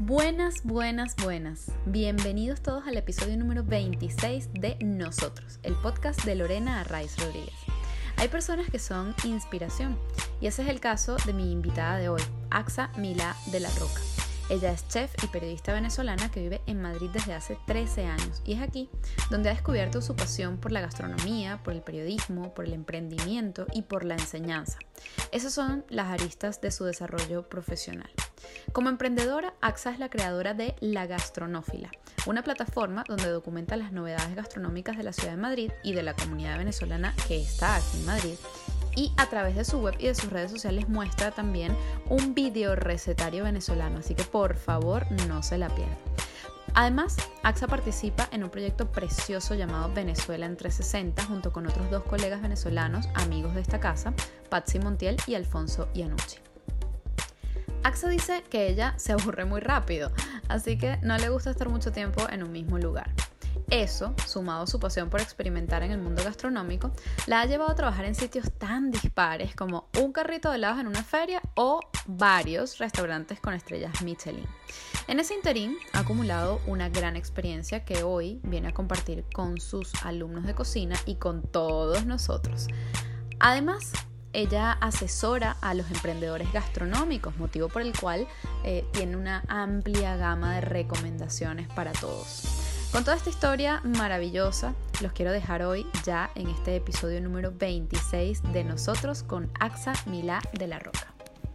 Buenas, buenas, buenas. Bienvenidos todos al episodio número 26 de Nosotros, el podcast de Lorena Arraiz Rodríguez. Hay personas que son inspiración y ese es el caso de mi invitada de hoy, Axa Milá de la Roca. Ella es chef y periodista venezolana que vive en Madrid desde hace 13 años y es aquí donde ha descubierto su pasión por la gastronomía, por el periodismo, por el emprendimiento y por la enseñanza. Esas son las aristas de su desarrollo profesional. Como emprendedora, Axa es la creadora de La Gastronófila, una plataforma donde documenta las novedades gastronómicas de la ciudad de Madrid y de la comunidad venezolana que está aquí en Madrid. Y a través de su web y de sus redes sociales muestra también un video recetario venezolano, así que por favor no se la pierdan. Además, Axa participa en un proyecto precioso llamado Venezuela en 360 junto con otros dos colegas venezolanos, amigos de esta casa, Patsy Montiel y Alfonso Iannucci. Axa dice que ella se aburre muy rápido, así que no le gusta estar mucho tiempo en un mismo lugar. Eso, sumado a su pasión por experimentar en el mundo gastronómico, la ha llevado a trabajar en sitios tan dispares como un carrito de helados en una feria o varios restaurantes con estrellas Michelin. En ese interín ha acumulado una gran experiencia que hoy viene a compartir con sus alumnos de cocina y con todos nosotros. Además, ella asesora a los emprendedores gastronómicos, motivo por el cual tiene una amplia gama de recomendaciones para todos. Con toda esta historia maravillosa, los quiero dejar hoy ya en este episodio número 26 de Nosotros con Axa Milá de la Roca.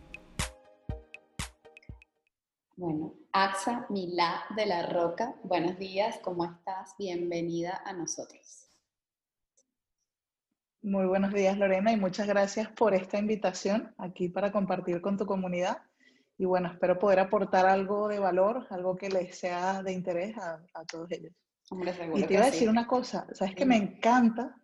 Bueno, Axa Milá de la Roca, buenos días, ¿cómo estás? Bienvenida a Nosotros. Muy buenos días, Lorena, y muchas gracias por esta invitación aquí para compartir con tu comunidad. Y bueno, espero poder aportar algo de valor, algo que les sea de interés a todos ellos. Hombre, seguro y te iba a decir una cosa, ¿sabes qué? Me encanta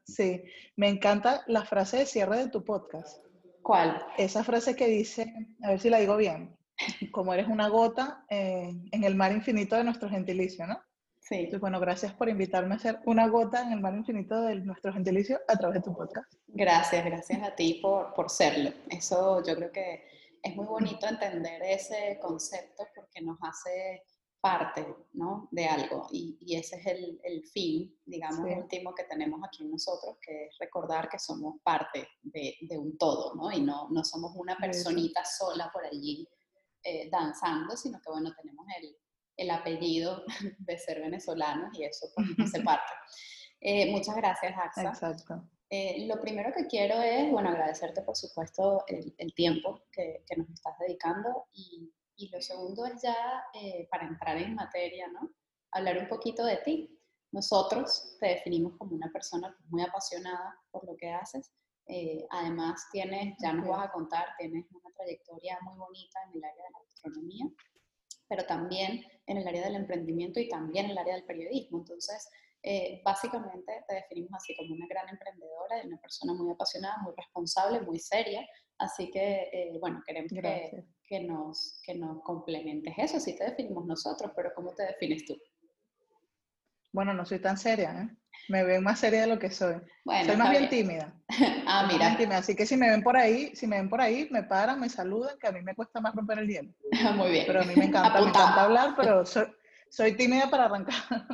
la frase de cierre de tu podcast. ¿Cuál? Esa frase que dice, a ver si la digo bien, como eres una gota en el mar infinito de nuestro gentilicio, ¿no? Sí. Entonces, bueno, gracias por invitarme a ser una gota en el mar infinito de nuestro gentilicio a través de tu podcast. Gracias a ti por serlo. Eso yo creo que es muy bonito entender ese concepto porque nos hace parte, ¿no?, de algo y ese es el fin, digamos, Sí. último que tenemos aquí en nosotros, que es recordar que somos parte de un todo, ¿no? Y no somos una personita sola por allí danzando, sino que, bueno, tenemos el apellido de ser venezolanos y eso pues nos hace parte. Muchas gracias, Axa. Exacto. Lo primero que quiero es, bueno, agradecerte, por supuesto, el tiempo que nos estás dedicando y lo segundo es ya, para entrar en materia, ¿no?, hablar un poquito de ti. Nosotros te definimos como una persona muy apasionada por lo que haces. Además, ya nos vas a contar, tienes una trayectoria muy bonita en el área de la gastronomía, pero también en el área del emprendimiento y también en el área del periodismo. Entonces, básicamente te definimos así como una gran emprendedora, una persona muy apasionada, muy responsable, muy seria. Así que, bueno, queremos que nos complementes eso. Así te definimos nosotros, pero ¿cómo te defines tú? Bueno, no soy tan seria, ¿eh? Me ven más seria de lo que soy. Bueno, soy más bien tímida. Mira. Tímida. Así que si me ven por ahí, me paran, me saludan, que a mí me cuesta más romper el hielo. Muy bien. Pero a mí me encanta hablar, pero soy tímida para arrancar.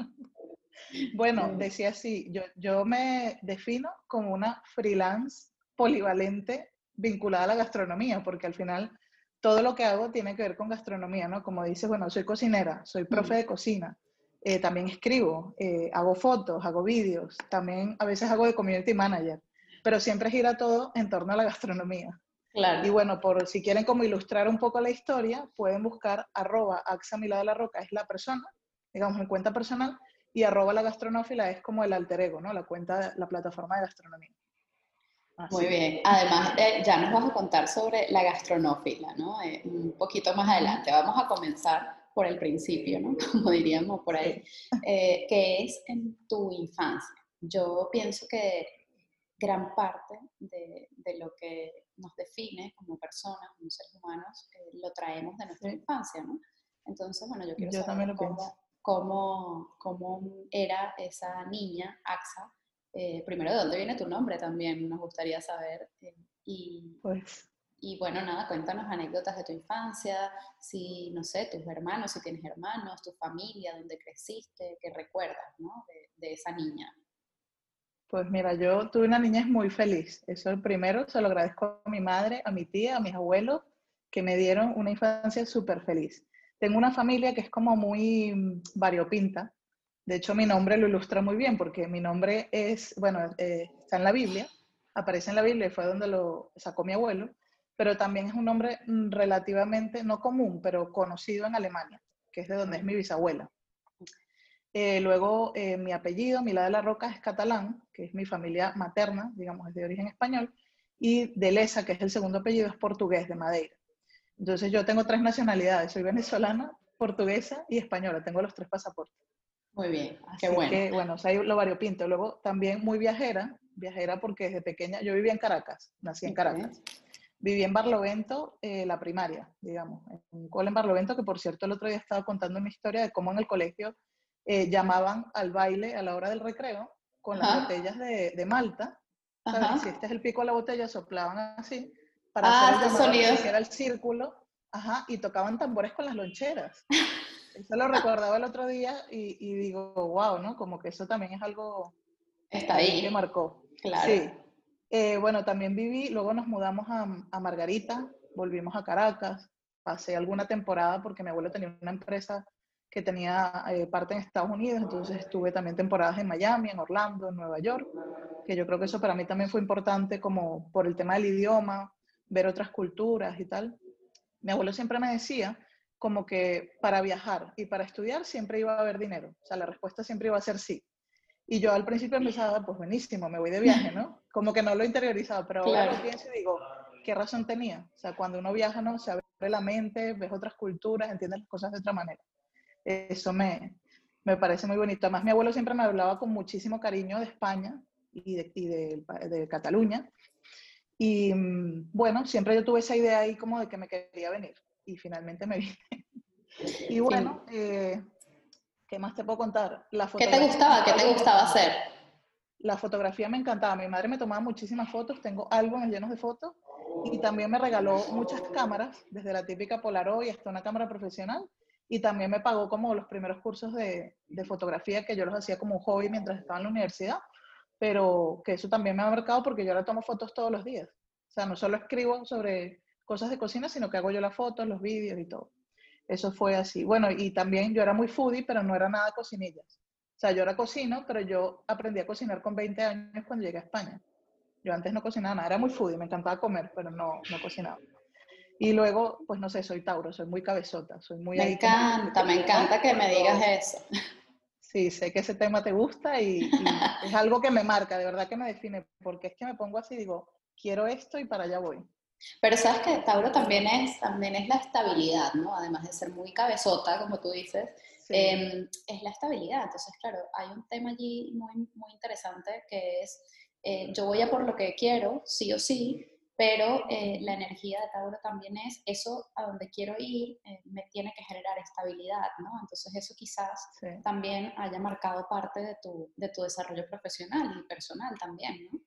Bueno, decía así, yo me defino como una freelance polivalente vinculada a la gastronomía, porque al final todo lo que hago tiene que ver con gastronomía, ¿no? Como dices, bueno, soy cocinera, soy profe de cocina, también escribo, hago fotos, hago vídeos, también a veces hago de community manager, pero siempre gira todo en torno a la gastronomía. Claro. Y bueno, por si quieren como ilustrar un poco la historia, pueden buscar @Axa Milá de la Roca, es la persona, digamos, mi cuenta personal, y @La Gastronófila es como el alter ego, ¿no? La plataforma de gastronomía. Así. Muy bien. Además, ya nos vas a contar sobre la gastronófila, ¿no? Un poquito más adelante. Vamos a comenzar por el principio, ¿no? Como diríamos por ahí. Sí. ¿Qué es en tu infancia? Yo pienso que gran parte de lo que nos define como personas, como seres humanos, lo traemos de nuestra infancia, ¿no? Entonces, bueno, yo quiero saber cómo era esa niña, Axa. Primero, ¿de dónde viene tu nombre? También nos gustaría saber. Y bueno, nada, cuéntanos anécdotas de tu infancia, si, no sé, tus hermanos, si tienes hermanos, tu familia, dónde creciste, qué recuerdas, ¿no? De esa niña. Pues mira, yo tuve una niñez muy feliz. Eso el primero, se lo agradezco a mi madre, a mi tía, a mis abuelos, que me dieron una infancia súper feliz. Tengo una familia que es como muy variopinta. De hecho, mi nombre lo ilustra muy bien porque mi nombre es, bueno, está en la Biblia, aparece en la Biblia y fue donde lo sacó mi abuelo, pero también es un nombre relativamente, no común, pero conocido en Alemania, que es de donde es mi bisabuela. Luego, mi apellido, Milá de la Roca, es catalán, que es mi familia materna, digamos, es de origen español, y de Lesa, que es el segundo apellido, es portugués, de Madeira. Entonces, yo tengo 3 nacionalidades, soy venezolana, portuguesa y española, tengo los 3 pasaportes. Muy bien, qué Así bueno. que, bueno, o sea, lo variopinto. Luego, también muy viajera, viajera porque desde pequeña, yo vivía en Caracas, nací en Okay. Caracas. Viví en Barlovento, la primaria, digamos, en un cole en Barlovento, que por cierto el otro día estaba contando una historia de cómo en el colegio llamaban al baile a la hora del recreo con las Ajá, botellas de Malta, ¿sabes? Si ajá. este es el pico de la botella, soplaban así para hacer Ah, el estos llamado a que se sonidos. hiciera el círculo, ajá, y tocaban tambores con las loncheras. Eso lo recordaba el otro día y digo, wow, ¿no? Como que eso también es algo Está ahí que ahí, marcó. claro. Sí. Bueno, también viví, luego nos mudamos a Margarita, volvimos a Caracas, pasé alguna temporada porque mi abuelo tenía una empresa que tenía parte en Estados Unidos, entonces estuve también temporadas en Miami, en Orlando, en Nueva York, que yo creo que eso para mí también fue importante como por el tema del idioma, ver otras culturas y tal. Mi abuelo siempre me decía como que para viajar y para estudiar siempre iba a haber dinero, o sea, la respuesta siempre iba a ser sí. Y yo al principio pensaba, pues buenísimo, me voy de viaje, ¿no? Como que no lo interiorizaba, pero ahora Claro. lo pienso y digo, ¿qué razón tenía? O sea, cuando uno viaja, ¿no? Se abre la mente, ves otras culturas, entiendes las cosas de otra manera. Eso me parece muy bonito. Además, mi abuelo siempre me hablaba con muchísimo cariño de España de Cataluña. Y bueno, siempre yo tuve esa idea ahí como de que me quería venir. Y finalmente me vine. Y Fin. bueno, ¿qué más te puedo contar? La ¿Qué te fotografía gustaba? también ¿Qué fue te algo gustaba hacer? importante. La fotografía me encantaba. Mi madre me tomaba muchísimas fotos, tengo álbumes llenos de fotos y también me regaló muchas cámaras, desde la típica Polaroid hasta una cámara profesional. Y también me pagó como los primeros cursos de fotografía que yo los hacía como un hobby mientras estaba en la universidad, pero que eso también me ha marcado porque yo ahora tomo fotos todos los días. O sea, no solo escribo sobre cosas de cocina, sino que hago yo las fotos, los vídeos y todo. Eso fue así. Bueno, y también yo era muy foodie, pero no era nada cocinillas. O sea, yo ahora cocino, pero yo aprendí a cocinar con 20 años cuando llegué a España. Yo antes no cocinaba nada, era muy foodie, me encantaba comer, pero no cocinaba. Y luego, pues no sé, soy Tauro, soy muy cabezota, soy muy ahí como que Me quiero encanta que me digas todo. eso. Sí, sé que ese tema te gusta y es algo que me marca, de verdad que me define, porque es que me pongo así, digo, quiero esto y para allá voy. Pero sabes que Tauro también es la estabilidad, ¿no? Además de ser muy cabezota, como tú dices, Sí, es la estabilidad. Entonces, claro, hay un tema allí muy interesante que es, yo voy a por lo que quiero, sí o sí, pero la energía de Tauro también es eso a donde quiero ir, me tiene que generar estabilidad, ¿no? Entonces, eso quizás sí. también haya marcado parte de tu desarrollo profesional y personal también, ¿no?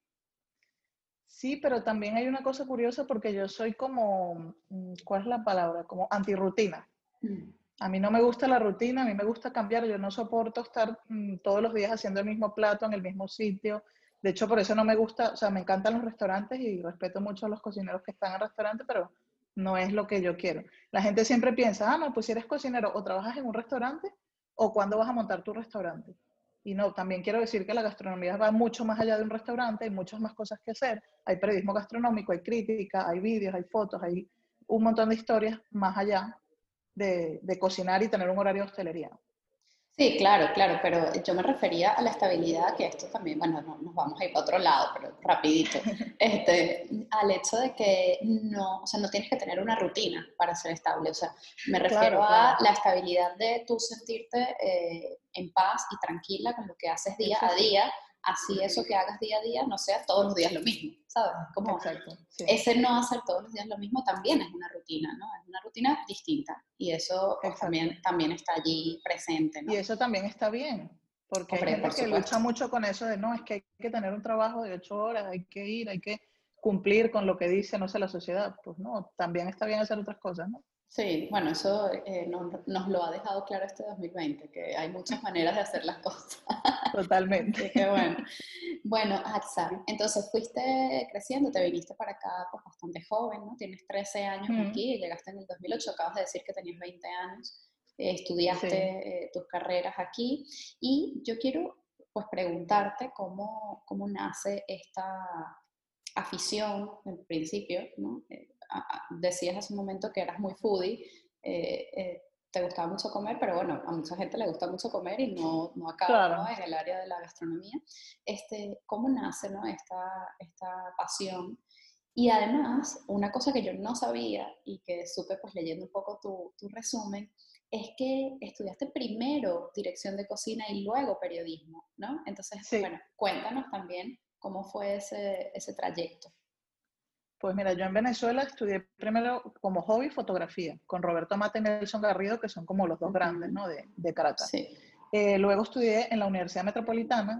Sí, pero también hay una cosa curiosa porque yo soy como, ¿cuál es la palabra? Como antirrutina. Mm. A mí no me gusta la rutina, a mí me gusta cambiar, yo no soporto estar todos los días haciendo el mismo plato en el mismo sitio. De hecho, por eso no me gusta, o sea, me encantan los restaurantes y respeto mucho a los cocineros que están en restaurantes, pero no es lo que yo quiero. La gente siempre piensa, no, pues si eres cocinero o trabajas en un restaurante o cuándo vas a montar tu restaurante. Y no, también quiero decir que la gastronomía va mucho más allá de un restaurante, hay muchas más cosas que hacer. Hay periodismo gastronómico, hay crítica, hay vídeos, hay fotos, hay un montón de historias más allá de cocinar y tener un horario de hostelería. Sí, claro, claro, pero yo me refería a la estabilidad, que esto también, bueno, nos vamos a ir para otro lado, pero rapidito, al hecho de que no, o sea, no tienes que tener una rutina para ser estable, o sea, me refiero Claro, a claro. la estabilidad de tú sentirte en paz y tranquila con lo que haces día Eso a sí, día, así eso que hagas día a día no sea todos los días lo mismo, ¿sabes? Como exacto, sí, ese no hacer todos los días lo mismo también es una rutina, ¿no? Es una rutina distinta y eso pues exacto. también está allí presente, Y ¿no? eso también está bien, porque hay Hombre, gente por que supuesto. lucha mucho con eso de, no, es que hay que tener un trabajo de 8 horas, hay que ir, hay que... cumplir con lo que dice, no sé, la sociedad. Pues no, también está bien hacer otras cosas, ¿no? Sí, bueno, eso nos lo ha dejado claro este 2020, que hay muchas maneras de hacer las cosas. Totalmente. Así que bueno. Bueno, Atsa, entonces fuiste creciendo, te viniste para acá pues bastante joven, ¿no? Tienes 13 años aquí, llegaste en el 2008, acabas de decir que tenías 20 años, estudiaste tus carreras aquí y yo quiero pues preguntarte cómo nace esta afición en principio, ¿no? Decías hace un momento que eras muy foodie, te gustaba mucho comer, pero bueno, a mucha gente le gusta mucho comer y no acaba, ¿no? Claro. En el área de la gastronomía. ¿Cómo nace, ¿no? esta pasión? Y además, una cosa que yo no sabía y que supe pues leyendo un poco tu resumen, es que estudiaste primero dirección de cocina y luego periodismo, ¿no? Entonces, Sí. bueno, cuéntanos también cómo fue ese trayecto. Pues mira, yo en Venezuela estudié primero como hobby fotografía, con Roberto Mata y Nelson Garrido, que son como los dos grandes, ¿no? de Caracas. Sí. Luego estudié en la Universidad Metropolitana,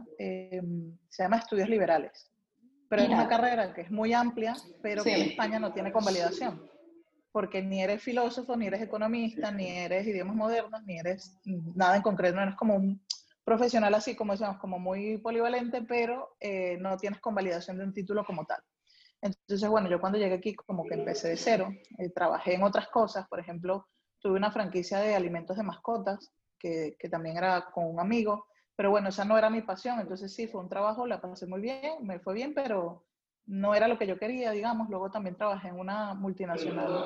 se llama Estudios Liberales, pero es una carrera que es muy amplia, pero que en España no tiene convalidación, porque ni eres filósofo, ni eres economista, ni eres idiomas modernos, ni eres nada en concreto, no eres como un profesional así, como decíamos, como muy polivalente, pero no tienes convalidación de un título como tal. Entonces, bueno, yo cuando llegué aquí como que empecé de cero, trabajé en otras cosas, por ejemplo, tuve una franquicia de alimentos de mascotas, que también era con un amigo, pero bueno, esa no era mi pasión, entonces sí, fue un trabajo, la pasé muy bien, me fue bien, pero no era lo que yo quería, digamos. Luego también trabajé en una multinacional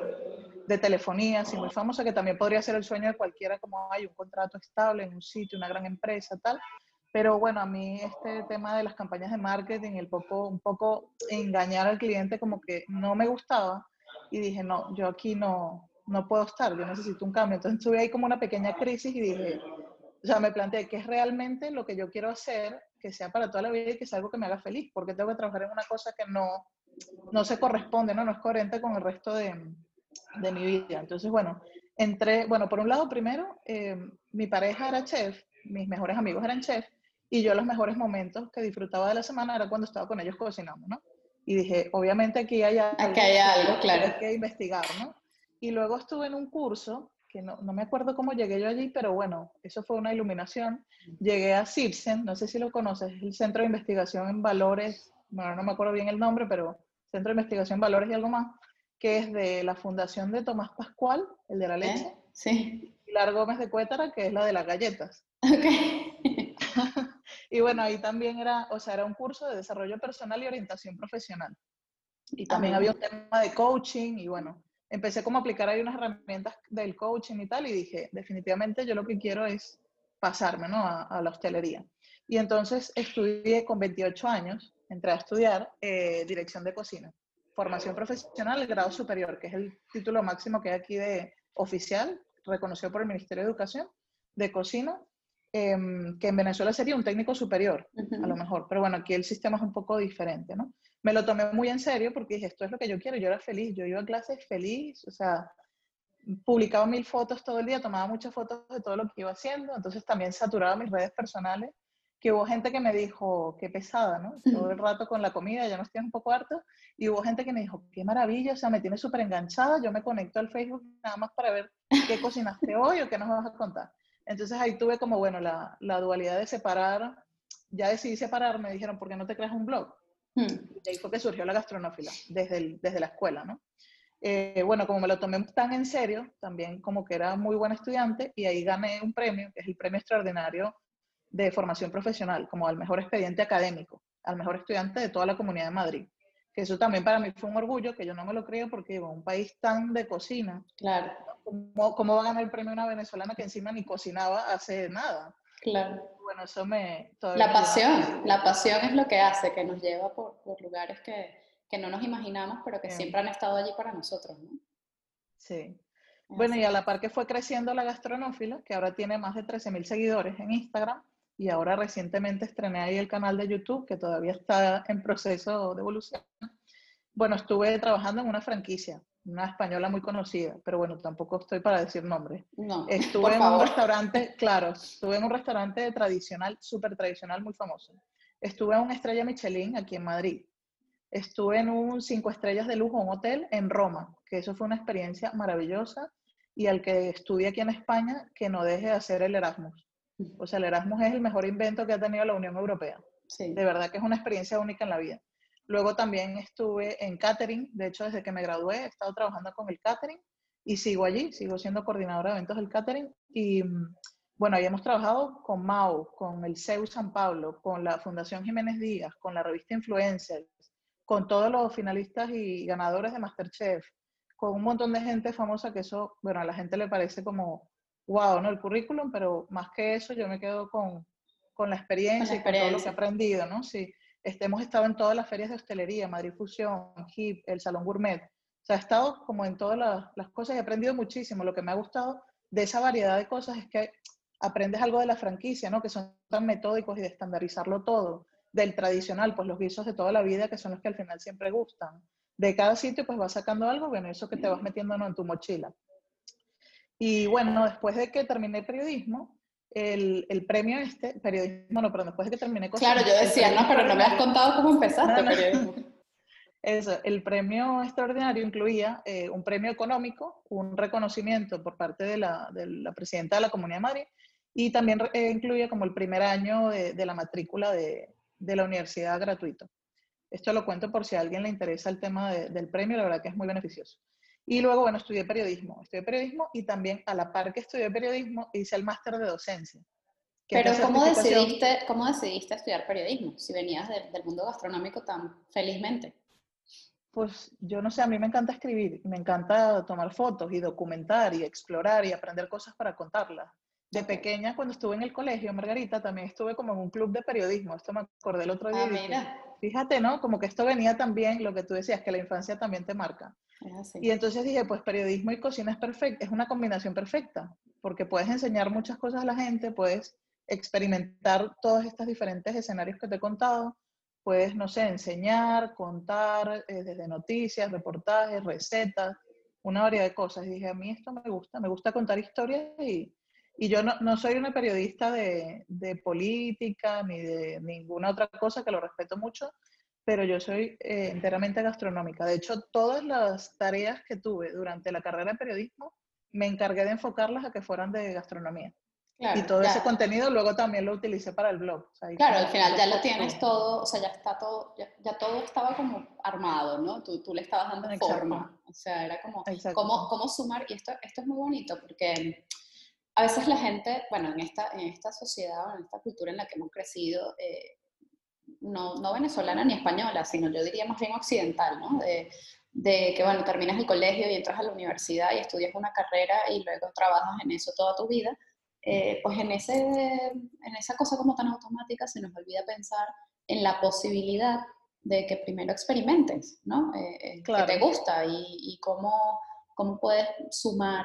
de telefonía, así muy famosa, que también podría ser el sueño de cualquiera, como hay un contrato estable en un sitio, una gran empresa, tal. Pero bueno, a mí este tema de las campañas de marketing, un poco engañar al cliente como que no me gustaba y dije, no, yo aquí no puedo estar, yo necesito un cambio. Entonces tuve ahí como una pequeña crisis y dije, o sea, me planteé qué es realmente lo que yo quiero hacer, que sea para toda la vida y que sea algo que me haga feliz, porque tengo que trabajar en una cosa que no se corresponde, no es coherente con el resto de mi vida. Entonces, bueno, por un lado, primero, mi pareja era chef, mis mejores amigos eran chef, y yo los mejores momentos que disfrutaba de la semana era cuando estaba con ellos cocinando, ¿no? Y dije, obviamente aquí hay algo claro. que hay que investigar, ¿no? Y luego estuve en un curso, que no me acuerdo cómo llegué yo allí, pero bueno, eso fue una iluminación. Llegué a CIRSEN, no sé si lo conoces, es el Centro de Investigación en Valores, bueno, no me acuerdo bien el nombre, pero Centro de Investigación en Valores y algo más, que es de la fundación de Tomás Pascual, el de la leche, Sí. y Pilar Gómez de Cuétara, que es la de las galletas. Okay. Y bueno, ahí también era un curso de desarrollo personal y orientación profesional. Y también había un tema de coaching y bueno, empecé como a aplicar ahí unas herramientas del coaching y tal y dije, definitivamente yo lo que quiero es pasarme, ¿no? a la hostelería. Y entonces estudié con 28 años, entré a estudiar dirección de cocina, formación profesional, el grado superior, que es el título máximo que hay aquí de oficial, reconocido por el Ministerio de Educación, de cocina, que en Venezuela sería un técnico superior, a lo mejor, pero bueno, aquí el sistema es un poco diferente, ¿no? Me lo tomé muy en serio porque dije, esto es lo que yo quiero, yo era feliz, yo iba a clases feliz, o sea, publicaba 1000 fotos todo el día, tomaba muchas fotos de todo lo que iba haciendo, entonces también saturaba mis redes personales, que hubo gente que me dijo, qué pesada, ¿no? Todo el rato con la comida, ya nos estoy un poco harto, y hubo gente que me dijo, qué maravilla, o sea, me tiene súper enganchada, yo me conecto al Facebook nada más para ver qué cocinaste hoy o qué nos vas a contar. Entonces ahí tuve como, bueno, la dualidad de separar, ya decidí separar, me dijeron, ¿por qué no te creas un blog? Y de ahí fue que surgió la gastronófila, desde la escuela, ¿no? Bueno, como me lo tomé tan en serio, también como que era muy buen estudiante y ahí gané un premio, que es el premio extraordinario de formación profesional, como al mejor expediente académico, al mejor estudiante de toda la Comunidad de Madrid. Que eso también para mí fue un orgullo, que yo no me lo creo porque digo, un país tan de cocina, Claro. ¿Cómo va a ganar el premio una venezolana que encima ni cocinaba hace nada? Claro. Bueno, eso todavía me llena. La pasión es lo que hace que nos lleva por lugares que no nos imaginamos, pero que siempre han estado allí para nosotros, ¿no? Sí. Bueno, y a la par que fue creciendo la gastronófila, que ahora tiene más de 13.000 seguidores en Instagram, y ahora recientemente estrené ahí el canal de YouTube, que todavía está en proceso de evolución. Bueno, estuve trabajando en una franquicia, una española muy conocida, pero bueno, tampoco estoy para decir nombres. No, Estuve por en favor. un restaurante, claro, estuve en un restaurante tradicional, súper tradicional, muy famoso. Estuve en una estrella Michelin aquí en Madrid. estuve en un 5 estrellas de lujo, un hotel en Roma, que eso fue una experiencia maravillosa, y al que estudie aquí en España, que no deje de hacer el Erasmus. O sea, el Erasmus es el mejor invento que ha tenido la Unión Europea. Sí. De verdad que es una experiencia única en la vida. Luego también estuve en catering, de hecho desde que me gradué he estado trabajando con el catering y sigo allí, sigo siendo coordinadora de eventos del catering y bueno, ahí hemos trabajado con MAU, con el CEU San Pablo, con la Fundación Jiménez Díaz, con la revista Influencers, con todos los finalistas y ganadores de MasterChef, con un montón de gente famosa que eso, bueno, a la gente le parece como, wow, ¿no? El currículum, pero más que eso yo me quedo con la experiencia y con todo lo que he aprendido, ¿no? Sí, hemos estado en todas las ferias de hostelería, Madrid Fusión, HIP, el Salón Gourmet, o sea, he estado como en todas las cosas y he aprendido muchísimo. Lo que me ha gustado de esa variedad de cosas es que aprendes algo de la franquicia, ¿no? Que son tan metódicos y de estandarizarlo todo. Del tradicional, pues los guisos de toda la vida, que son los que al final siempre gustan. De cada sitio, pues vas sacando algo, bueno, eso que te vas metiendo, ¿no? En tu mochila. Y bueno, después de que terminé periodismo, el premio periodismo no, pero después de que terminé cocina. Claro, yo decía, no, pero no me has contado cómo empezaste periodismo. Eso, el premio extraordinario incluía un premio económico, un reconocimiento por parte de la presidenta de la Comunidad de Madrid, y también incluía como el primer año de la matrícula de la universidad gratuito. Esto lo cuento por si a alguien le interesa el tema del premio, la verdad que es muy beneficioso. Y luego, bueno, estudié periodismo y también a la par que estudié periodismo hice el máster de docencia. Pero ¿cómo decidiste estudiar periodismo si venías del mundo gastronómico tan felizmente? Pues yo no sé, a mí me encanta escribir, me encanta tomar fotos y documentar y explorar y aprender cosas para contarlas. De pequeña, cuando estuve en el colegio, Margarita, también estuve como en un club de periodismo. Esto me acordé el otro día y dije, fíjate, ¿no? Como que esto venía también, lo que tú decías, que la infancia también te marca. Y entonces dije, pues periodismo y cocina es una combinación perfecta, porque puedes enseñar muchas cosas a la gente, puedes experimentar todos estos diferentes escenarios que te he contado, puedes, no sé, enseñar, contar, desde noticias, reportajes, recetas, una variedad de cosas. Y dije, a mí esto me gusta contar historias y yo no soy una periodista de política ni de ninguna otra cosa, que lo respeto mucho, pero yo soy enteramente gastronómica. De hecho, todas las tareas que tuve durante la carrera de periodismo, me encargué de enfocarlas a que fueran de gastronomía. Claro, y todo ese contenido luego también lo utilicé para el blog. O sea, claro, al final ya lo tienes todo, o sea, ya está todo, ya todo estaba como armado, ¿no? Tú le estabas dando forma. O sea, era como, ¿cómo sumar? Y esto es muy bonito porque a veces la gente, bueno, en esta sociedad, en esta cultura en la que hemos crecido, no venezolana ni española, sino yo diría más bien occidental, ¿no? De que, bueno, terminas el colegio y entras a la universidad y estudias una carrera y luego trabajas en eso toda tu vida. Pues en esa cosa como tan automática se nos olvida pensar en la posibilidad de que primero experimentes, ¿no? Claro. Que te gusta y cómo puedes sumar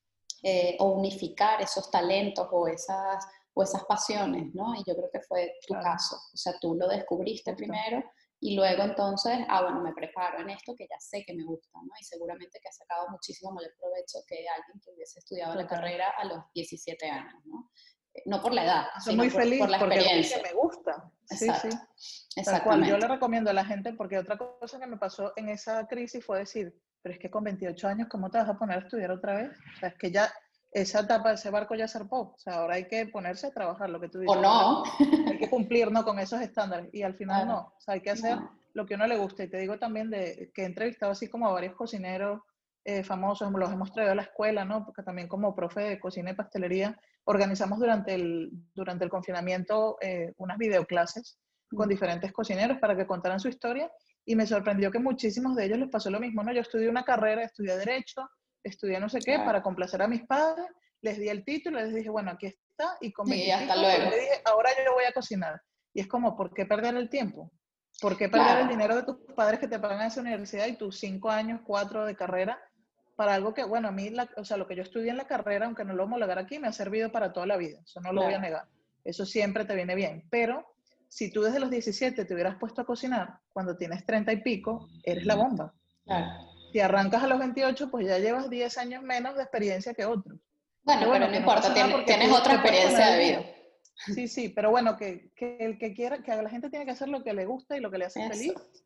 o unificar esos talentos o esas pasiones, ¿no? Y yo creo que fue tu caso. O sea, tú lo descubriste primero y luego entonces, bueno, me preparo en esto que ya sé que me gusta, ¿no? Y seguramente que has sacado muchísimo mayor provecho que alguien que hubiese estudiado la carrera a los 17 años, ¿no? No por la edad, sino muy feliz por la experiencia. Porque me gusta. Exacto. Sí. Tal cual. Yo le recomiendo a la gente, porque otra cosa que me pasó en esa crisis fue decir, pero es que con 28 años, ¿cómo te vas a poner a estudiar otra vez? O sea, es que ya esa etapa, ese barco ya zarpó. O sea, ahora hay que ponerse a trabajar, lo que tú dices. O no. Hay que cumplir, ¿no? Con esos estándares. Y al final no. O sea, hay que hacer lo que a uno le gusta. Y te digo también que he entrevistado así como a varios cocineros famosos, los hemos traído a la escuela, ¿no? Porque también como profe de cocina y pastelería, organizamos durante el confinamiento unas videoclases con diferentes cocineros para que contaran su historia. Y me sorprendió que muchísimos de ellos les pasó lo mismo, ¿no? Yo estudié una carrera, estudié Derecho, estudié no sé qué, para complacer a mis padres, les di el título, les dije, bueno, aquí está, y con 20 hasta luego. Le dije, ahora yo voy a cocinar. Y es como, ¿por qué perder el tiempo? ¿Por qué perder el dinero de tus padres que te pagan esa universidad y tus 5 años, 4 de carrera, para algo que, bueno, a mí, o sea, lo que yo estudié en la carrera, aunque no lo homologara aquí, me ha servido para toda la vida, eso no lo voy a negar, eso siempre te viene bien, pero si tú desde los 17 te hubieras puesto a cocinar, cuando tienes 30 y pico, eres la bomba. Si arrancas a los 28, pues ya llevas 10 años menos de experiencia que otros. Bueno, pero no importa, tienes otra experiencia de vida. Sí, pero bueno, que el que quiera, que la gente tiene que hacer lo que le gusta y lo que le hace feliz.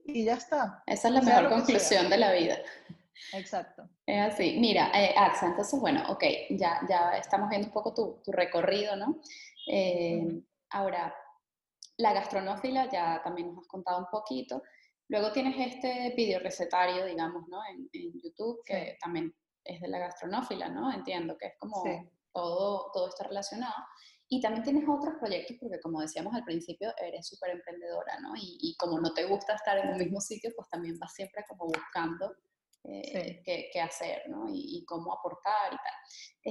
y ya está. Esa es la Sea mejor lo que sea. conclusión de la vida. Exacto. Es así. Mira, Axa, entonces, bueno, ok, ya estamos viendo un poco tu recorrido, ¿no? Ujú. Ahora, la gastronófila ya también nos has contado un poquito. Luego tienes este video recetario, digamos, ¿no? En YouTube, Sí, que también es de la gastronófila, ¿no? Entiendo que es como sí, todo está relacionado. Y también tienes otros proyectos, porque como decíamos al principio, eres súper emprendedora, ¿no? Y como no te gusta estar en un mismo sitio, pues también vas siempre como buscando sí. qué hacer, ¿no? Y cómo aportar y tal.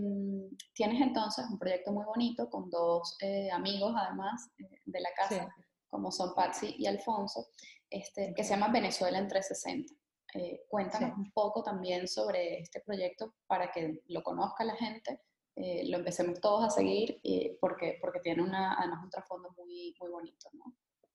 Tienes entonces un proyecto muy bonito con dos amigos, además, de la Sí, casa, como son Patsy y Alfonso, que se ok, llama Venezuela en 360. Cuéntanos sí. un poco también sobre este proyecto para que lo conozca la gente, lo empecemos todos a seguir, porque tiene además un trasfondo muy bonito, ¿no?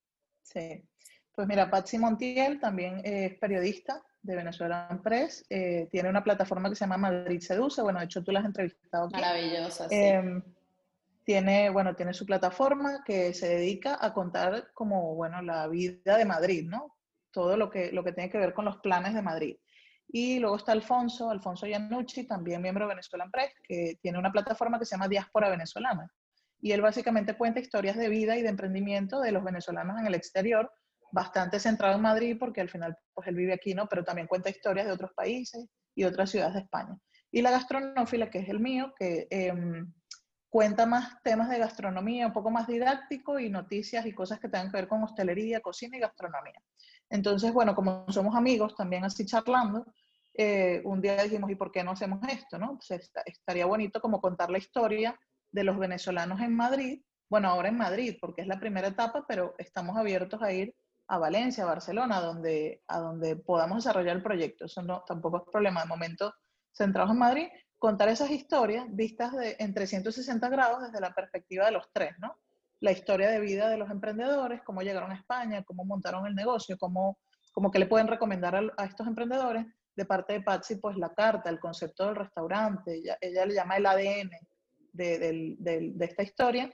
Sí, pues mira, Patsy Montiel también es periodista de Venezuelan Press, tiene una plataforma que se llama Madrid Seduce, bueno, de hecho tú la has entrevistado aquí. Maravillosa, sí. Em, bueno, tiene su plataforma que se dedica a contar como, bueno, la vida de Madrid, ¿no? Todo lo que tiene que ver con los planes de Madrid. Y luego está Alfonso Iannucci, también miembro de Venezuelan Press, que tiene una plataforma que se llama Diáspora Venezolana. Y él básicamente cuenta historias de vida y de emprendimiento de los venezolanos en el exterior, bastante centrado en Madrid, porque al final pues él vive aquí, ¿no? Pero también cuenta historias de otros países y otras ciudades de España. Y la gastronófila, que es el mío, que cuenta más temas de gastronomía, un poco más didáctico y noticias y cosas que tengan que ver con hostelería, cocina y gastronomía. Entonces, bueno, como somos amigos, también así charlando, un día dijimos, ¿y por qué no hacemos esto? ¿No? Pues estaría bonito como contar la historia de los venezolanos en Madrid, bueno, ahora en Madrid, porque es la primera etapa, pero estamos abiertos a ir a Valencia, a Barcelona, a donde podamos desarrollar el proyecto. Eso no, tampoco es problema. De momento, centrados en Madrid, contar esas historias vistas en 360 grados desde la perspectiva de los tres, ¿no? La historia de vida de los emprendedores, cómo llegaron a España, cómo montaron el negocio, cómo que le pueden recomendar a estos emprendedores. De parte de Patsy, pues la carta, el concepto del restaurante, ella le llama el ADN de esta historia,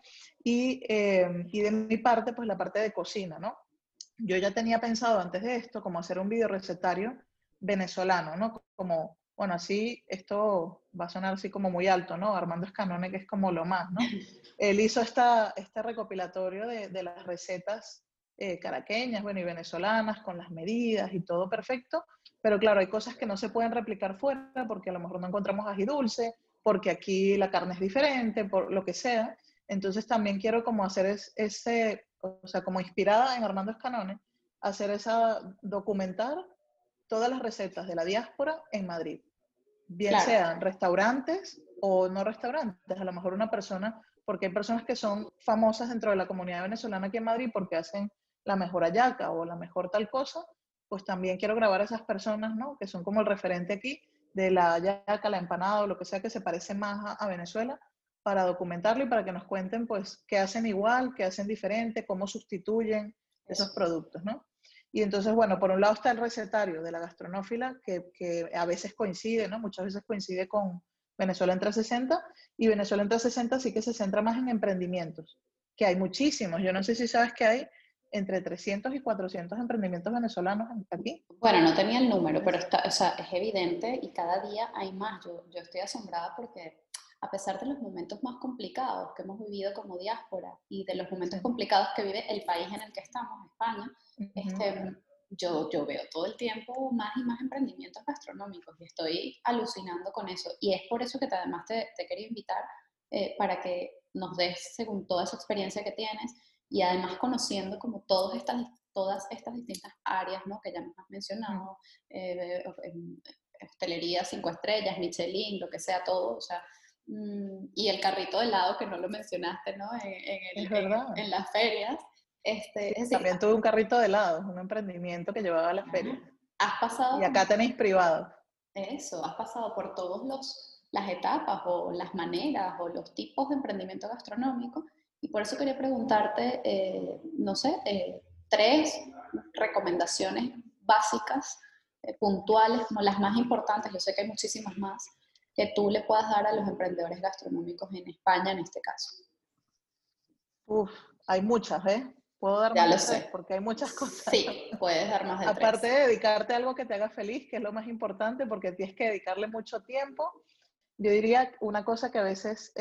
y de mi parte, pues la parte de cocina, ¿no? Yo ya tenía pensado antes de esto como hacer un video recetario venezolano, ¿no? Como, bueno, así, esto va a sonar así como muy alto, ¿no? Armando Escanone, que es como lo más, ¿no? Él hizo este recopilatorio de las recetas caraqueñas, bueno, y venezolanas, con las medidas y todo perfecto, pero claro, hay cosas que no se pueden replicar fuera porque a lo mejor no encontramos ají dulce, porque aquí la carne es diferente, por lo que sea. Entonces también quiero como hacer o sea, como inspirada en Armando Escanone, hacer documentar todas las recetas de la diáspora en Madrid, bien Claro, sean restaurantes o no restaurantes, a lo mejor una persona, porque hay personas que son famosas dentro de la comunidad venezolana aquí en Madrid porque hacen la mejor hallaca o la mejor tal cosa, pues también quiero grabar a esas personas, ¿no? Que son como el referente aquí de la hallaca, la empanada o lo que sea que se parece más a Venezuela, para documentarlo y para que nos cuenten, pues, qué hacen igual, qué hacen diferente, cómo sustituyen esos eso. productos, ¿no? Y entonces, bueno, por un lado está el recetario de la gastronófila, que a veces coincide, ¿no? Muchas veces coincide con Venezuela en 360, y Venezuela en 360 sí que se centra más en emprendimientos, que hay muchísimos. Yo no sé si sabes que hay entre 300 y 400 emprendimientos venezolanos aquí. Bueno, no tenía el número, pero está, o sea, es evidente y cada día hay más. Yo estoy asombrada porque a pesar de los momentos más complicados que hemos vivido como diáspora y de los momentos Sí. complicados que vive el país en el que estamos, España, Ujú. yo veo todo el tiempo más y más emprendimientos gastronómicos y estoy alucinando con eso. Y es por eso que además te quería invitar para que nos des, según toda esa experiencia que tienes, y además conociendo como todas estas distintas áreas, ¿no? Que ya nos has Ujú. mencionado, hostelería 5 estrellas, Michelin, lo que sea, todo, o sea, y el carrito de helado que no lo mencionaste, ¿no? Es verdad. En las ferias, Sí, es decir, también tuve un carrito de helados, un emprendimiento que llevaba a la feria. has Y pasado acá como tenéis privados. eso, has pasado por las etapas o las maneras o los tipos de emprendimiento gastronómico y por eso quería preguntarte, no sé, 3 recomendaciones básicas, puntuales, como las más importantes, yo sé que hay muchísimas más, que tú le puedas dar a los emprendedores gastronómicos en España en este caso. Uf, hay muchas, ¿eh? Puedo dar Ya más lo de 3 sé. porque hay muchas cosas. Sí, puedes dar más de Aparte 3. de dedicarte a algo que te haga feliz, que es lo más importante, porque tienes que dedicarle mucho tiempo, yo diría una cosa que a veces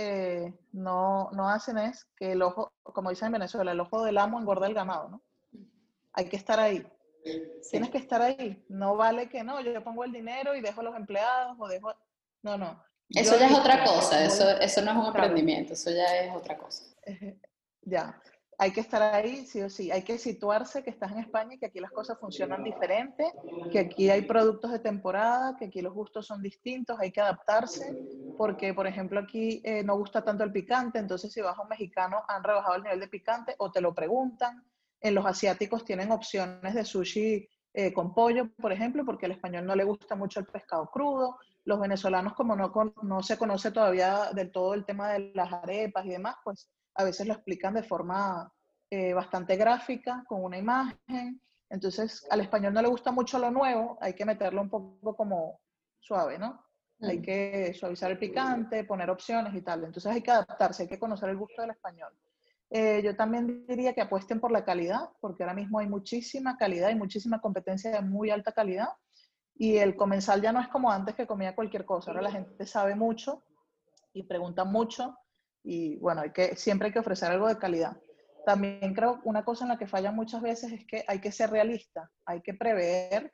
no hacen es que el ojo, como dicen en Venezuela, el ojo del amo engorda el ganado, ¿no? Hay que estar ahí. Tienes Sí. que estar ahí. No vale que no, yo pongo el dinero y dejo a los empleados o dejo... No, no. Eso Yo ya es elijo otra lo que cosa, voy... eso no es un Claro, emprendimiento, eso ya es otra cosa. ya. Hay que estar ahí, sí o sí. Hay que situarse que estás en España y que aquí las cosas funcionan diferente, que aquí hay productos de temporada, que aquí los gustos son distintos, hay que adaptarse, porque, por ejemplo, aquí no gusta tanto el picante, entonces si vas a un mexicano han rebajado el nivel de picante o te lo preguntan. En los asiáticos tienen opciones de sushi con pollo, por ejemplo, porque al español no le gusta mucho el pescado crudo. Los venezolanos, como no se conoce todavía del todo el tema de las arepas y demás, pues a veces lo explican de forma bastante gráfica, con una imagen. Entonces, al español no le gusta mucho lo nuevo, hay que meterlo un poco como suave, ¿no? Hay que suavizar el picante, poner opciones y tal. Entonces hay que adaptarse, hay que conocer el gusto del español. Yo también diría que apuesten por la calidad, porque ahora mismo hay muchísima calidad y muchísima competencia de muy alta calidad. Y el comensal ya no es como antes que comía cualquier cosa. Ahora la gente sabe mucho y pregunta mucho y bueno, siempre hay que ofrecer algo de calidad. También creo que una cosa en la que fallan muchas veces es que hay que ser realista, hay que prever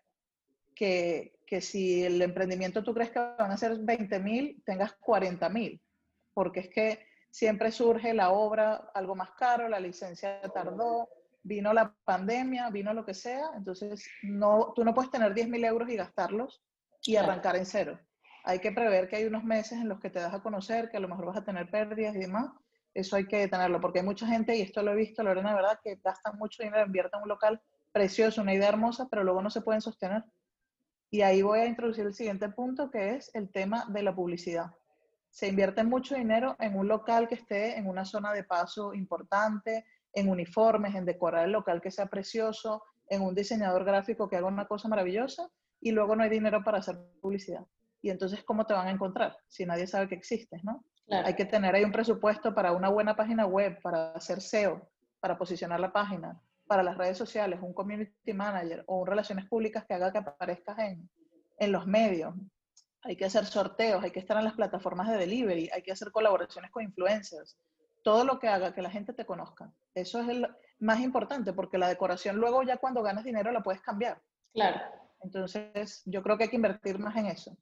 que si el emprendimiento tú crees que van a ser 20.000, tengas 40.000, porque es que siempre surge la obra algo más caro, la licencia tardó, vino la pandemia, vino lo que sea, entonces tú no puedes tener 10.000 euros y gastarlos y Claro. arrancar en cero. Hay que prever que hay unos meses en los que te das a conocer, que a lo mejor vas a tener pérdidas y demás. Eso hay que tenerlo, porque hay mucha gente, y esto lo he visto, Lorena, de verdad, que gastan mucho dinero, invierten en un local precioso, una idea hermosa, pero luego no se pueden sostener. Y ahí voy a introducir el siguiente punto, que es el tema de la publicidad. Se invierte mucho dinero en un local que esté en una zona de paso importante, en uniformes, en decorar el local que sea precioso, en un diseñador gráfico que haga una cosa maravillosa, y luego no hay dinero para hacer publicidad. Y entonces, ¿cómo te van a encontrar si nadie sabe que existes, no? Claro. Hay que tener ahí un presupuesto para una buena página web, para hacer SEO, para posicionar la página, para las redes sociales, un community manager o un relaciones públicas que haga que aparezcas en los medios. Hay que hacer sorteos, hay que estar en las plataformas de delivery, hay que hacer colaboraciones con influencers. Todo lo que haga que la gente te conozca. Eso es el más importante, porque la decoración luego ya cuando ganas dinero la puedes cambiar. Claro. Entonces, yo creo que hay que invertir más en eso.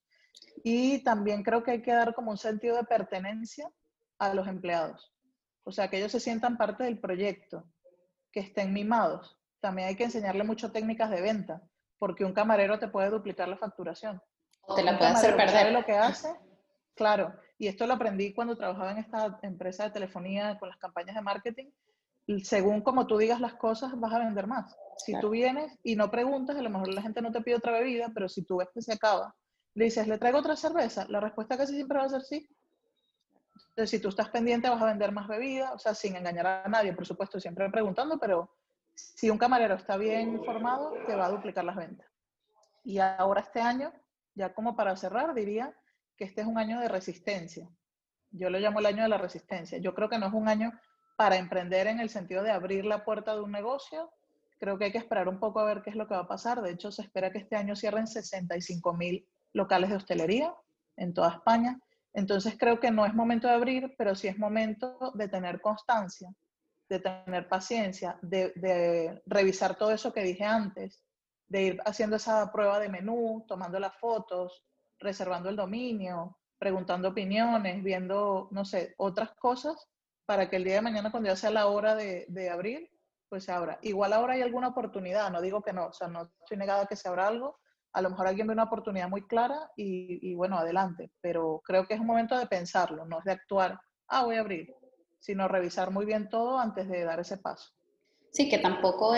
Y también creo que hay que dar como un sentido de pertenencia a los empleados. O sea, que ellos se sientan parte del proyecto, que estén mimados. También hay que enseñarle mucho técnicas de venta, porque un camarero te puede duplicar la facturación. O te la Un puede hacer camarero que sabe lo perder. que hace, claro, y esto lo aprendí cuando trabajaba en esta empresa de telefonía con las campañas de marketing, según como tú digas las cosas, vas a vender más. Si tú Claro. vienes y no preguntas, a lo mejor la gente no te pide otra bebida, pero si tú ves que se acaba, le dices, ¿le traigo otra cerveza? La respuesta casi siempre va a ser sí. Entonces, si tú estás pendiente, vas a vender más bebida, o sea, sin engañar a nadie, por supuesto, siempre preguntando, pero si un camarero está bien formado, te va a duplicar las ventas. Y ahora este año, ya como para cerrar, diría que este es un año de resistencia. Yo lo llamo el año de la resistencia. Yo creo que no es un año para emprender en el sentido de abrir la puerta de un negocio. Creo que hay que esperar un poco a ver qué es lo que va a pasar. De hecho, se espera que este año cierren 65.000 locales de hostelería en toda España. Entonces creo que no es momento de abrir, pero sí es momento de tener constancia, de tener paciencia, de revisar todo eso que dije antes, de ir haciendo esa prueba de menú, tomando las fotos, reservando el dominio, preguntando opiniones, viendo, no sé, otras cosas, para que el día de mañana, cuando ya sea la hora de abrir, pues se abra. Igual ahora hay alguna oportunidad, no digo que no, o sea, no estoy negada a que se abra algo, a lo mejor alguien ve una oportunidad muy clara y bueno, adelante, pero creo que es un momento de pensarlo, no es de actuar, voy a abrir, sino revisar muy bien todo antes de dar ese paso. Sí, que tampoco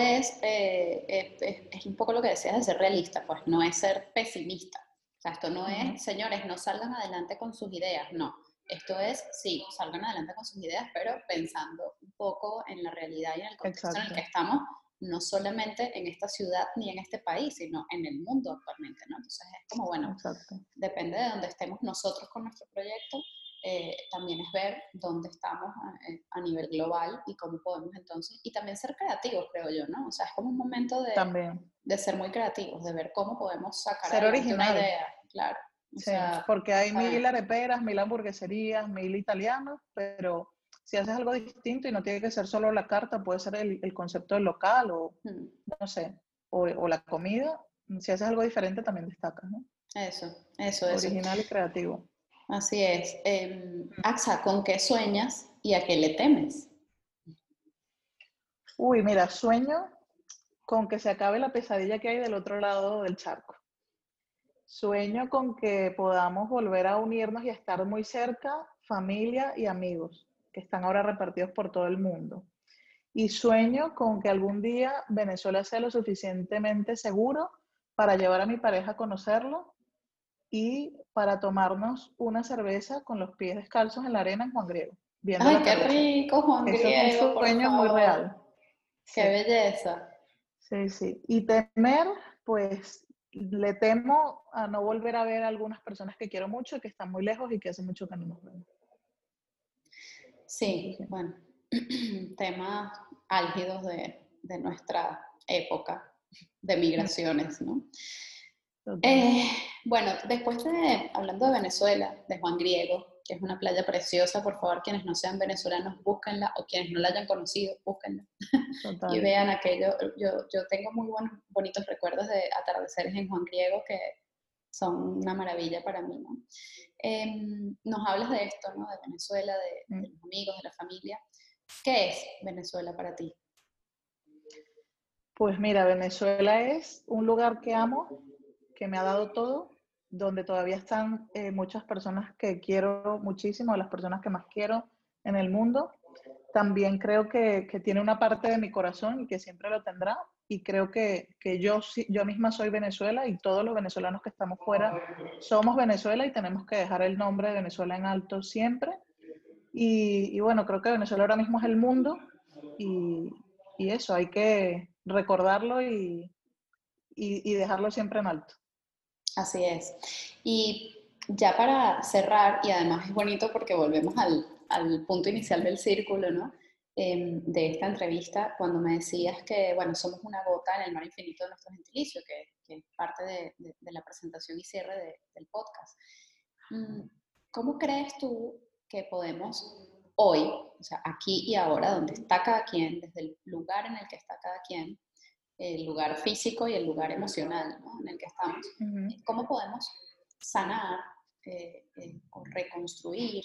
es un poco lo que decías de ser realista, pues no es ser pesimista. O sea, esto no es, señores, no salgan adelante con sus ideas, no. Esto es, sí, salgan adelante con sus ideas, pero pensando un poco en la realidad y en el contexto en el que Exacto. estamos, no solamente en esta ciudad ni en este país, sino en el mundo actualmente, ¿no? Entonces es como, bueno, Exacto. depende de dónde estemos nosotros con nuestro proyecto, también es ver dónde estamos a nivel global y cómo podemos entonces, y también ser creativos, creo yo, ¿no? O sea, es como un momento de ser muy creativos, de ver cómo podemos sacar Ser adelante una original. idea, claro. O Sí, sea, porque hay está bien. 1000 areperas, 1000 hamburgueserías, 1000 italianos, pero si haces algo distinto y no tiene que ser solo la carta, puede ser el concepto del local o, no sé, o la comida. Si haces algo diferente también destacas, ¿no? Eso. Original y creativo. Así es. Axa, ¿con qué sueñas y a qué le temes? Uy, mira, sueño con que se acabe la pesadilla que hay del otro lado del charco. Sueño con que podamos volver a unirnos y a estar muy cerca, familia y amigos, que están ahora repartidos por todo el mundo. Y sueño con que algún día Venezuela sea lo suficientemente seguro para llevar a mi pareja a conocerlo y para tomarnos una cerveza con los pies descalzos en la arena en Juan Griego, viendo el ¡Ay, qué atardecer. rico, Juan Eso es un Griego, por sueño muy favor! real. ¡Qué Sí, belleza! sí, sí. Y temer, pues le temo a no volver a ver a algunas personas que quiero mucho, que están muy lejos y que hace mucho que no nos vemos. Sí, bueno, temas álgidos de nuestra época de migraciones, ¿no? Total. Bueno, después hablando de Venezuela, de Juan Griego, que es una playa preciosa, por favor, quienes no sean venezolanos, búsquenla, o quienes no la hayan conocido, búsquenla. Y Total. vean aquello. Yo tengo muy bonitos recuerdos de atardeceres en Juan Griego que son una maravilla para mí, ¿no? Nos hablas de esto, ¿no? De Venezuela, de los amigos, de la familia. ¿Qué es Venezuela para ti? Pues mira, Venezuela es un lugar que amo, que me ha dado todo, donde todavía están muchas personas que quiero muchísimo, las personas que más quiero en el mundo. También creo que tiene una parte de mi corazón y que siempre lo tendrá. Y creo que yo misma soy Venezuela y todos los venezolanos que estamos fuera somos Venezuela y tenemos que dejar el nombre de Venezuela en alto siempre. Y bueno, creo que Venezuela ahora mismo es el mundo y eso, hay que recordarlo y dejarlo siempre en alto. Así es. Y ya para cerrar, y además es bonito porque volvemos al punto inicial del círculo, ¿no? De esta entrevista, cuando me decías que, bueno, somos una gota en el mar infinito de nuestro gentilicio, que es parte de la presentación y cierre del podcast. ¿Cómo crees tú que podemos hoy, o sea, aquí y ahora, donde está cada quien, desde el lugar en el que está cada quien, el lugar físico y el lugar emocional, ¿no? En el que estamos, cómo podemos sanar o reconstruir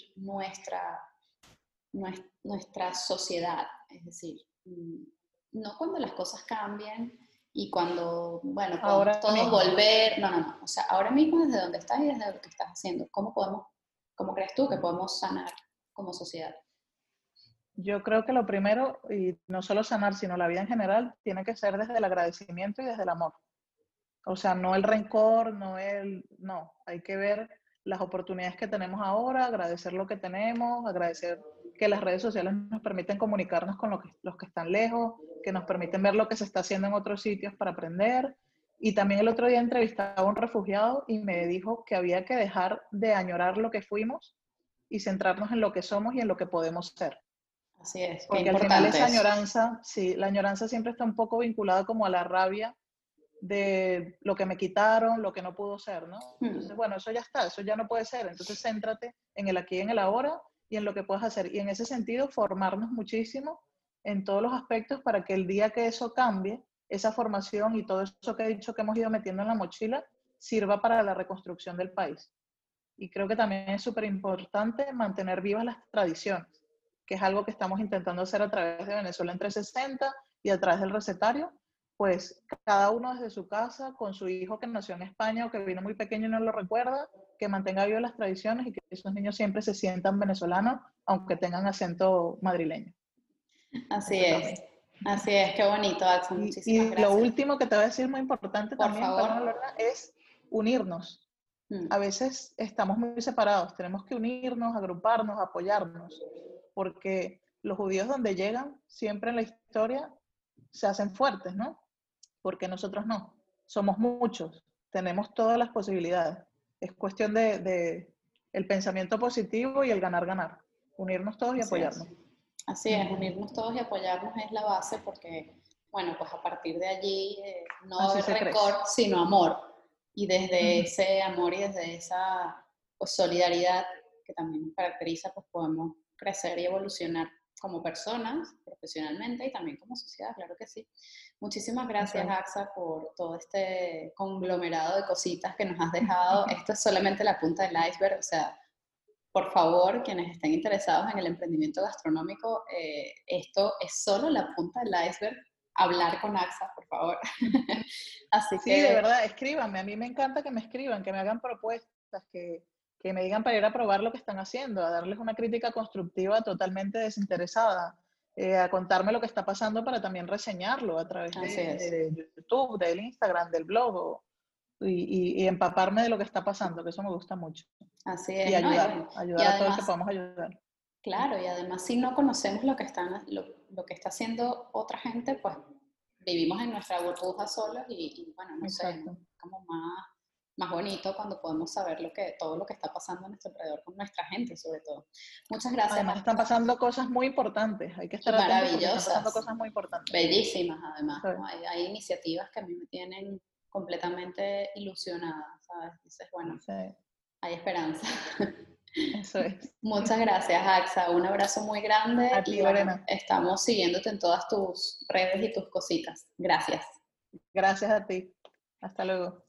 nuestra sociedad? Es decir, no cuando las cosas cambian y cuando, bueno, podemos Ahora todos mismo. volver, no, o sea, ahora mismo desde donde estás y desde lo que estás haciendo, ¿cómo crees tú que podemos sanar como sociedad? Yo creo que lo primero, y no solo sanar, sino la vida en general, tiene que ser desde el agradecimiento y desde el amor. O sea, no el rencor, no, hay que ver las oportunidades que tenemos ahora, agradecer lo que tenemos, agradecer que las redes sociales nos permiten comunicarnos con los que están lejos, que nos permiten ver lo que se está haciendo en otros sitios para aprender. Y también el otro día entrevistaba a un refugiado y me dijo que había que dejar de añorar lo que fuimos y centrarnos en lo que somos y en lo que podemos ser. Así es, qué Porque al final importante esa eso. añoranza, sí, la añoranza siempre está un poco vinculada como a la rabia de lo que me quitaron, lo que no pudo ser, ¿no? Entonces, bueno, eso ya está, eso ya no puede ser. Entonces, céntrate en el aquí y en el ahora y en lo que puedes hacer. Y en ese sentido, formarnos muchísimo en todos los aspectos para que el día que eso cambie, esa formación y todo eso que he dicho que hemos ido metiendo en la mochila, sirva para la reconstrucción del país. Y creo que también es súper importante mantener vivas las tradiciones, que es algo que estamos intentando hacer a través de Venezuela en 360 y a través del recetario, pues cada uno desde su casa, con su hijo que nació en España o que vino muy pequeño y no lo recuerda, que mantenga vivas las tradiciones y que esos niños siempre se sientan venezolanos, aunque tengan acento madrileño. Así Eso es, también. así es, qué bonito, Axel, muchísimas Y lo gracias. último que te voy a decir muy importante Por también, favor. perdón, Lorena, es unirnos. A veces estamos muy separados, tenemos que unirnos, agruparnos, apoyarnos, porque los judíos donde llegan, siempre en la historia, se hacen fuertes, ¿no? Porque nosotros no. Somos muchos, tenemos todas las posibilidades. Es cuestión de el pensamiento positivo y el ganar-ganar. Unirnos todos y apoyarnos. Así es, unirnos todos y apoyarnos es la base porque, bueno, pues a partir de allí no va a haber rencor, sino amor. Y desde ese amor y desde esa pues, solidaridad que también nos caracteriza, pues podemos crecer y evolucionar como personas, profesionalmente y también como sociedad, claro que sí. Muchísimas gracias, Axa, por todo este conglomerado de cositas que nos has dejado. Esto es solamente la punta del iceberg, o sea, por favor, quienes estén interesados en el emprendimiento gastronómico, esto es solo la punta del iceberg. Hablar con Axa, por favor. Así sí, que... de verdad, escríbanme. A mí me encanta que me escriban, que me hagan propuestas, que me digan para ir a probar lo que están haciendo, a darles una crítica constructiva totalmente desinteresada, a contarme lo que está pasando para también reseñarlo a través de YouTube, del Instagram, del blog, y empaparme de lo que está pasando, que eso me gusta mucho. Así es. Y ayudar, ayudar a todo el que podamos ayudar. Claro, y además si no conocemos lo que está haciendo otra gente, pues vivimos en nuestra burbuja solos y bueno, no sé, como más bonito cuando podemos saber todo lo que está pasando a nuestro alrededor con nuestra gente, sobre todo. Muchas gracias. Además están pasando cosas muy importantes, hay que estar atentos porque están pasando cosas muy importantes. Bellísimas además, ¿no? Hay iniciativas que a mí me tienen completamente ilusionada, ¿sabes? Dices, bueno, hay esperanza. Eso es. Muchas gracias, Axa. Un abrazo muy grande. A ti, Lorena. Estamos siguiéndote en todas tus redes y tus cositas. Gracias. Gracias a ti. Hasta luego.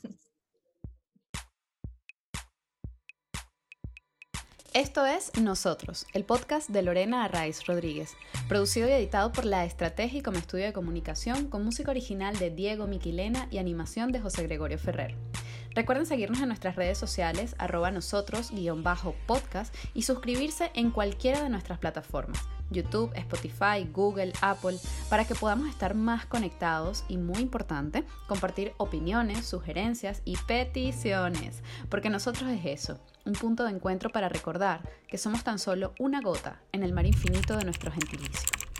Esto es Nosotros, el podcast de Lorena Arraiz Rodríguez, producido y editado por La Estrategia como estudio de comunicación, con música original de Diego Miquilena y animación de José Gregorio Ferrer. Recuerden seguirnos en nuestras redes sociales, @nosotros_podcast, y suscribirse en cualquiera de nuestras plataformas, YouTube, Spotify, Google, Apple, para que podamos estar más conectados y, muy importante, compartir opiniones, sugerencias y peticiones, porque nosotros es eso, un punto de encuentro para recordar que somos tan solo una gota en el mar infinito de nuestro gentilicio.